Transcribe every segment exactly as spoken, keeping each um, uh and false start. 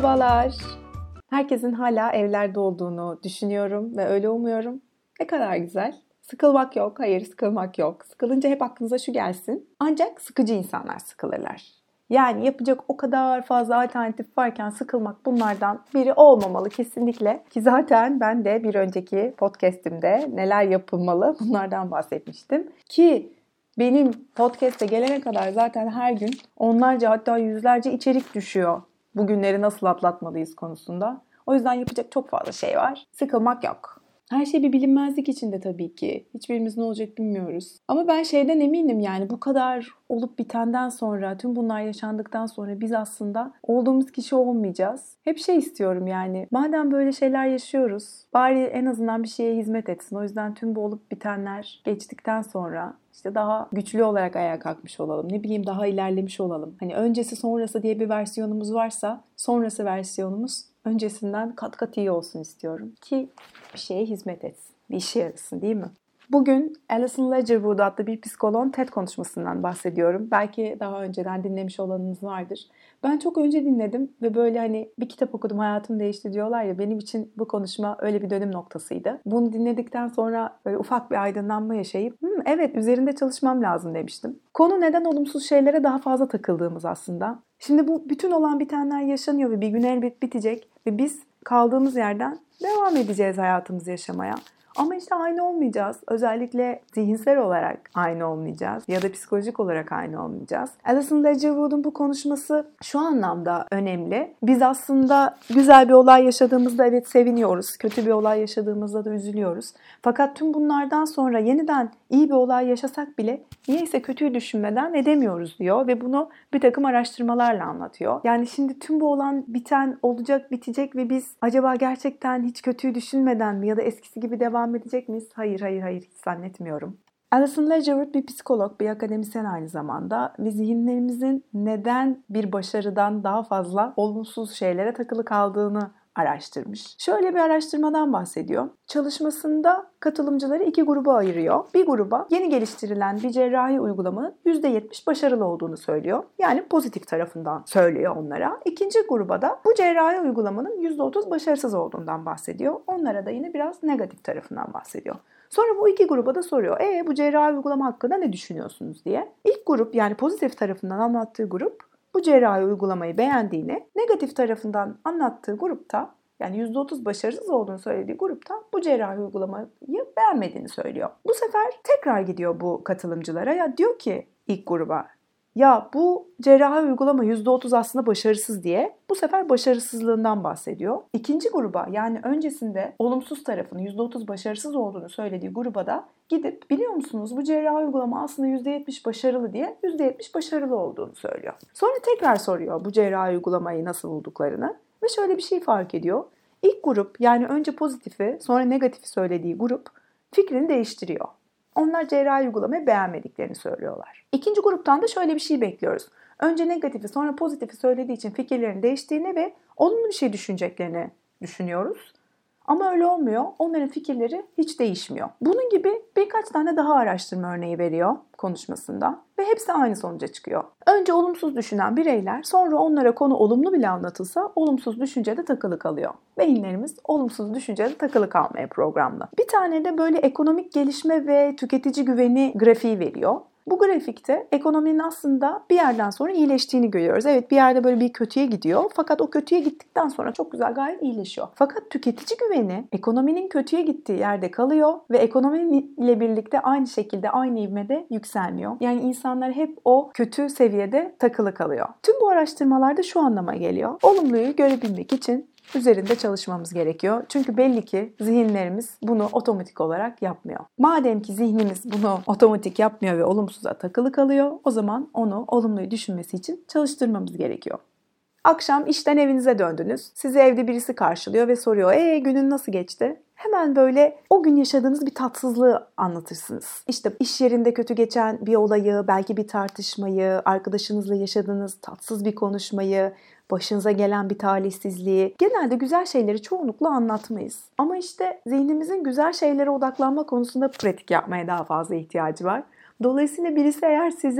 Merhabalar. Herkesin hala evlerde olduğunu düşünüyorum ve öyle umuyorum. Ne kadar güzel. Sıkılmak yok, hayır sıkılmak yok. Sıkılınca hep aklınıza şu gelsin. Ancak sıkıcı insanlar sıkılırlar. Yani yapacak o kadar fazla alternatif varken sıkılmak bunlardan biri olmamalı kesinlikle. Ki zaten ben de bir önceki podcast'imde neler yapılmalı bunlardan bahsetmiştim. Ki benim podcast'e gelene kadar zaten her gün onlarca hatta yüzlerce içerik düşüyor. Bugünleri nasıl atlatmalıyız konusunda. O yüzden yapacak çok fazla şey var. Sıkılmak yok. Her şey bir bilinmezlik içinde tabii ki. Hiçbirimiz ne olacak bilmiyoruz. Ama ben şeyden eminim, yani bu kadar olup bitenden sonra, tüm bunlar yaşandıktan sonra biz aslında olduğumuz kişi olmayacağız. Hep şey istiyorum yani. Madem böyle şeyler yaşıyoruz, bari en azından bir şeye hizmet etsin. O yüzden tüm bu olup bitenler geçtikten sonra işte daha güçlü olarak ayağa kalkmış olalım. Ne bileyim, daha ilerlemiş olalım. Hani öncesi sonrası diye bir versiyonumuz varsa sonrası versiyonumuz öncesinden kat kat iyi olsun istiyorum ki bir şeye hizmet etsin, bir işe yarasın, değil mi? Bugün Alison Ledgerwood adlı bir psikoloğun TED konuşmasından bahsediyorum. Belki daha önceden dinlemiş olanınız vardır. Ben çok önce dinledim ve böyle hani bir kitap okudum, hayatım değişti diyorlar ya, benim için bu konuşma öyle bir dönüm noktasıydı. Bunu dinledikten sonra böyle ufak bir aydınlanma yaşayıp Hı, evet üzerinde çalışmam lazım demiştim. Konu neden olumsuz şeylere daha fazla takıldığımız aslında. Şimdi bu bütün olan bitenler yaşanıyor ve bir gün elbet bitecek ve biz kaldığımız yerden devam edeceğiz hayatımızı yaşamaya. Ama işte aynı olmayacağız. Özellikle zihinsel olarak aynı olmayacağız ya da psikolojik olarak aynı olmayacağız. Alison Ledgerwood'un bu konuşması şu anlamda önemli. Biz aslında güzel bir olay yaşadığımızda evet seviniyoruz. Kötü bir olay yaşadığımızda da üzülüyoruz. Fakat tüm bunlardan sonra yeniden iyi bir olay yaşasak bile niyeyse kötüyü düşünmeden edemiyoruz diyor ve bunu bir takım araştırmalarla anlatıyor. Yani şimdi tüm bu olan biten olacak, bitecek ve biz acaba gerçekten hiç kötüyü düşünmeden mi ya da eskisi gibi devam edecek miyiz? Hayır, hayır, hayır hiç zannetmiyorum. Alison Ledgerwood bir psikolog, bir akademisyen aynı zamanda ve zihinlerimizin neden bir başarıdan daha fazla olumsuz şeylere takılı kaldığını araştırmış. Şöyle bir araştırmadan bahsediyor. Çalışmasında katılımcıları iki gruba ayırıyor. Bir gruba yeni geliştirilen bir cerrahi uygulamanın yüzde yetmiş başarılı olduğunu söylüyor. Yani pozitif tarafından söylüyor onlara. İkinci gruba da bu cerrahi uygulamanın yüzde otuz başarısız olduğundan bahsediyor. Onlara da yine biraz negatif tarafından bahsediyor. Sonra bu iki gruba da soruyor. E bu cerrahi uygulama hakkında ne düşünüyorsunuz diye. İlk grup, yani pozitif tarafından anlattığı grup bu cerrahi uygulamayı beğendiğini, negatif tarafından anlattığı grupta, yani yüzde otuz başarısız olduğunu söylediği grupta bu cerrahi uygulamayı beğenmediğini söylüyor. Bu sefer tekrar gidiyor bu katılımcılara, ya diyor ki ilk gruba, ya bu cerrahi uygulama yüzde otuz aslında başarısız diye bu sefer başarısızlığından bahsediyor. İkinci gruba, yani öncesinde olumsuz tarafını yüzde otuz başarısız olduğunu söylediği gruba da gidip biliyor musunuz bu cerrahi uygulama aslında yüzde yetmiş başarılı diye yüzde yetmiş başarılı olduğunu söylüyor. Sonra tekrar soruyor bu cerrahi uygulamayı nasıl bulduklarını ve şöyle bir şey fark ediyor. İlk grup, yani önce pozitifi sonra negatifi söylediği grup fikrini değiştiriyor. Onlar cerrahi uygulamayı beğenmediklerini söylüyorlar. İkinci gruptan da şöyle bir şey bekliyoruz. Önce negatifi sonra pozitifi söylediği için fikirlerin değiştiğini ve olumlu bir şey düşüneceklerini düşünüyoruz. Ama öyle olmuyor. Onların fikirleri hiç değişmiyor. Bunun gibi birkaç tane daha araştırma örneği veriyor konuşmasında ve hepsi aynı sonuca çıkıyor. Önce olumsuz düşünen bireyler sonra onlara konu olumlu bile anlatılsa olumsuz düşüncede takılı kalıyor. Beyinlerimiz olumsuz düşüncede takılı kalmaya programlı. Bir tane de böyle ekonomik gelişme ve tüketici güveni grafiği veriyor. Bu grafikte ekonominin aslında bir yerden sonra iyileştiğini görüyoruz. Evet, bir yerde böyle bir kötüye gidiyor. Fakat o kötüye gittikten sonra çok güzel, gayet iyileşiyor. Fakat tüketici güveni ekonominin kötüye gittiği yerde kalıyor ve ekonomiyle birlikte aynı şekilde, aynı ivmede yükselmiyor. Yani insanlar hep o kötü seviyede takılı kalıyor. Tüm bu araştırmalarda şu anlama geliyor. Olumluyu görebilmek için üzerinde çalışmamız gerekiyor. Çünkü belli ki zihinlerimiz bunu otomatik olarak yapmıyor. Madem ki zihnimiz bunu otomatik yapmıyor ve olumsuza takılı kalıyor, o zaman onu olumluyu düşünmesi için çalıştırmamız gerekiyor. Akşam işten evinize döndünüz. Sizi evde birisi karşılıyor ve soruyor, "Ee günün nasıl geçti?" Hemen böyle o gün yaşadığınız bir tatsızlığı anlatırsınız. İşte iş yerinde kötü geçen bir olayı, belki bir tartışmayı, arkadaşınızla yaşadığınız tatsız bir konuşmayı, başınıza gelen bir talihsizliği. Genelde güzel şeyleri çoğunlukla anlatmayız. Ama işte zihnimizin güzel şeylere odaklanma konusunda pratik yapmaya daha fazla ihtiyacı var. Dolayısıyla birisi eğer size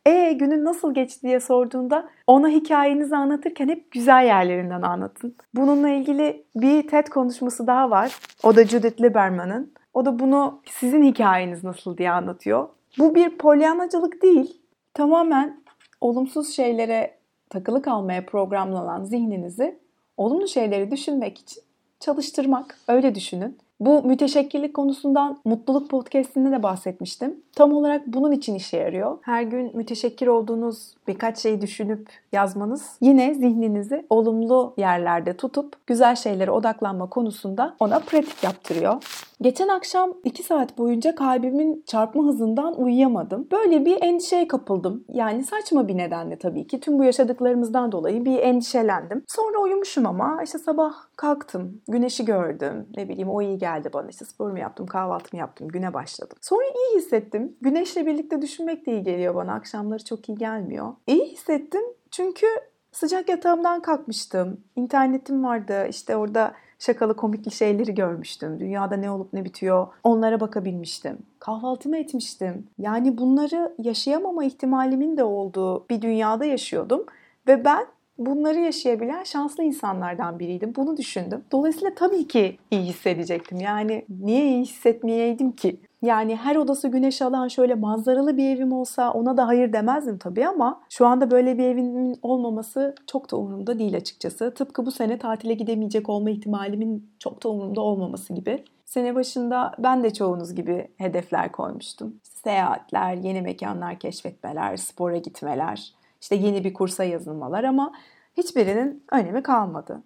E günün nasıl geçti diye sorduğunda ona hikayenizi anlatırken hep güzel yerlerinden anlatın. Bununla ilgili bir TED konuşması daha var. O da Judith Lieberman'ın. O da bunu sizin hikayeniz nasıl diye anlatıyor. Bu bir polyanacılık değil. Tamamen olumsuz şeylere takılı kalmaya programlanan zihninizi olumlu şeyleri düşünmek için çalıştırmak. Öyle düşünün. Bu müteşekkirlik konusundan Mutluluk Podcast'inde de bahsetmiştim. Tam olarak bunun için işe yarıyor. Her gün müteşekkir olduğunuz birkaç şeyi düşünüp yazmanız yine zihninizi olumlu yerlerde tutup güzel şeylere odaklanma konusunda ona pratik yaptırıyor. Geçen akşam iki saat boyunca kalbimin çarpma hızından uyuyamadım. Böyle bir endişeye kapıldım. Yani saçma bir nedenle tabii ki. Tüm bu yaşadıklarımızdan dolayı bir endişelendim. Sonra uyumuşum ama işte sabah kalktım. Güneşi gördüm. Ne bileyim o iyi geldi bana. İşte sporumu yaptım, kahvaltımı yaptım. Güne başladım. Sonra iyi hissettim. Güneşle birlikte düşünmek de iyi geliyor bana. Akşamları çok iyi gelmiyor. İyi hissettim çünkü sıcak yatağımdan kalkmıştım. İnternetim vardı. İşte orada şakalı komikli şeyleri görmüştüm. Dünyada ne olup ne bitiyor onlara bakabilmiştim. Kahvaltımı etmiştim. Yani bunları yaşayamama ihtimalimin de olduğu bir dünyada yaşıyordum. Ve ben bunları yaşayabilen şanslı insanlardan biriydim. Bunu düşündüm. Dolayısıyla tabii ki iyi hissedecektim. Yani niye iyi hissetmeyeydim ki? Yani her odası güneş alan şöyle manzaralı bir evim olsa ona da hayır demezdim tabii ama şu anda böyle bir evimin olmaması çok da umurumda değil açıkçası. Tıpkı bu sene tatile gidemeyecek olma ihtimalimin çok da umurumda olmaması gibi. Sene başında ben de çoğunuz gibi hedefler koymuştum. Seyahatler, yeni mekanlar keşfetmeler, spora gitmeler, işte yeni bir kursa yazılmalar ama hiçbirinin önemi kalmadı.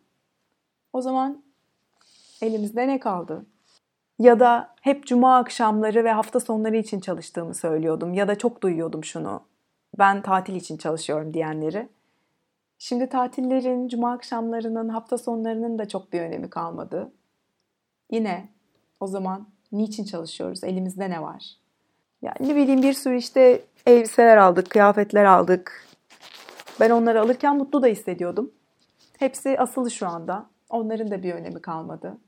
O zaman elimizde ne kaldı? Ya da hep cuma akşamları ve hafta sonları için çalıştığımı söylüyordum. Ya da çok duyuyordum şunu. Ben tatil için çalışıyorum diyenleri. Şimdi tatillerin, cuma akşamlarının, hafta sonlarının da çok bir önemi kalmadı. Yine o zaman niçin çalışıyoruz? Elimizde ne var? Yani ne bileyim bir sürü işte elbiseler aldık, kıyafetler aldık. Ben onları alırken mutlu da hissediyordum. Hepsi asılı şu anda. Onların da bir önemi kalmadı.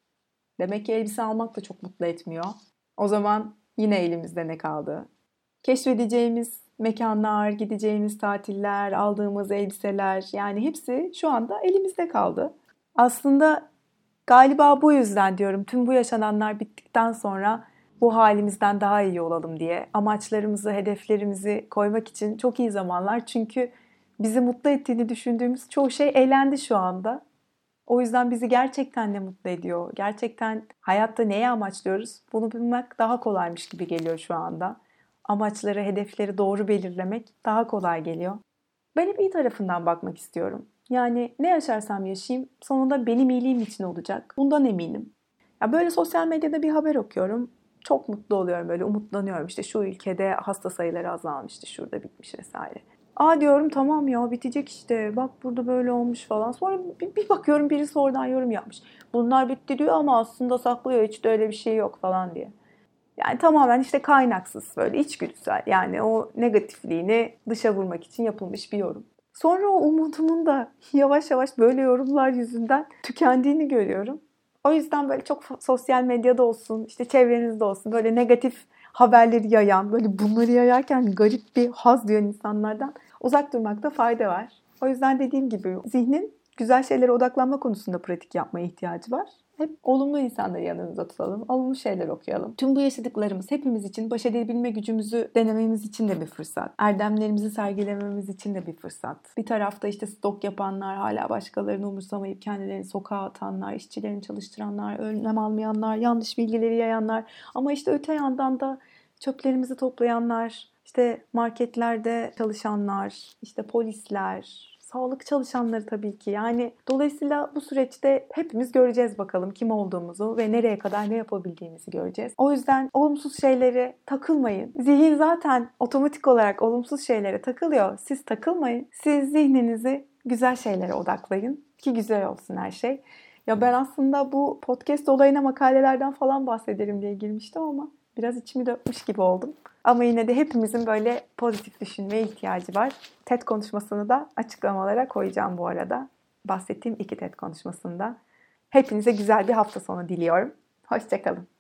Demek ki elbise almak da çok mutlu etmiyor. O zaman yine elimizde ne kaldı? Keşfedeceğimiz mekanlar, gideceğimiz tatiller, aldığımız elbiseler yani hepsi şu anda elimizde kaldı. Aslında galiba bu yüzden diyorum tüm bu yaşananlar bittikten sonra bu halimizden daha iyi olalım diye. Amaçlarımızı, hedeflerimizi koymak için çok iyi zamanlar. Çünkü bizi mutlu ettiğini düşündüğümüz çoğu şey elendi şu anda. O yüzden bizi gerçekten ne mutlu ediyor? Gerçekten hayatta neyi amaçlıyoruz? Bunu bilmek daha kolaymış gibi geliyor şu anda. Amaçları, hedefleri doğru belirlemek daha kolay geliyor. Ben hep iyi tarafından bakmak istiyorum. Yani ne yaşarsam yaşayayım sonunda benim iyiliğim için olacak. Bundan eminim. Ya böyle sosyal medyada bir haber okuyorum. Çok mutlu oluyorum böyle umutlanıyorum. İşte şu ülkede hasta sayıları azalmıştı, şurada bitmiş vesaire. Aa diyorum tamam ya bitecek işte bak burada böyle olmuş falan. Sonra bir, bir bakıyorum birisi oradan yorum yapmış. Bunlar bitti diyor ama aslında saklıyor hiç de öyle bir şey yok falan diye. Yani tamamen işte kaynaksız böyle içgüdüsel yani o negatifliğini dışa vurmak için yapılmış bir yorum. Sonra o umudumun da yavaş yavaş böyle yorumlar yüzünden tükendiğini görüyorum. O yüzden böyle çok sosyal medyada olsun, işte çevrenizde olsun böyle negatif haberleri yayan, böyle bunları yayarken garip bir haz duyan insanlardan uzak durmakta fayda var. O yüzden dediğim gibi zihnin güzel şeylere odaklanma konusunda pratik yapmaya ihtiyacı var. Hep olumlu insanları yanımızda tutalım, olumlu şeyler okuyalım. Tüm bu yaşadıklarımız hepimiz için baş edebilme gücümüzü denememiz için de bir fırsat. Erdemlerimizi sergilememiz için de bir fırsat. Bir tarafta işte stok yapanlar, hala başkalarını umursamayıp kendilerini sokağa atanlar, işçilerini çalıştıranlar, önlem almayanlar, yanlış bilgileri yayanlar. Ama işte öte yandan da çöplerimizi toplayanlar, işte marketlerde çalışanlar, işte polisler, sağlık çalışanları tabii ki. Yani dolayısıyla bu süreçte hepimiz göreceğiz bakalım kim olduğumuzu ve nereye kadar ne yapabildiğimizi göreceğiz. O yüzden olumsuz şeylere takılmayın. Zihin zaten otomatik olarak olumsuz şeylere takılıyor. Siz takılmayın. Siz zihninizi güzel şeylere odaklayın ki güzel olsun her şey. Ya ben aslında bu podcast olayına makalelerden falan bahsederim diye girmiştim ama biraz içimi dökmüş gibi oldum. Ama yine de hepimizin böyle pozitif düşünmeye ihtiyacı var. TED konuşmasını da açıklamalara koyacağım bu arada. Bahsettiğim iki TED konuşmasında. Hepinize güzel bir hafta sonu diliyorum. Hoşça kalın.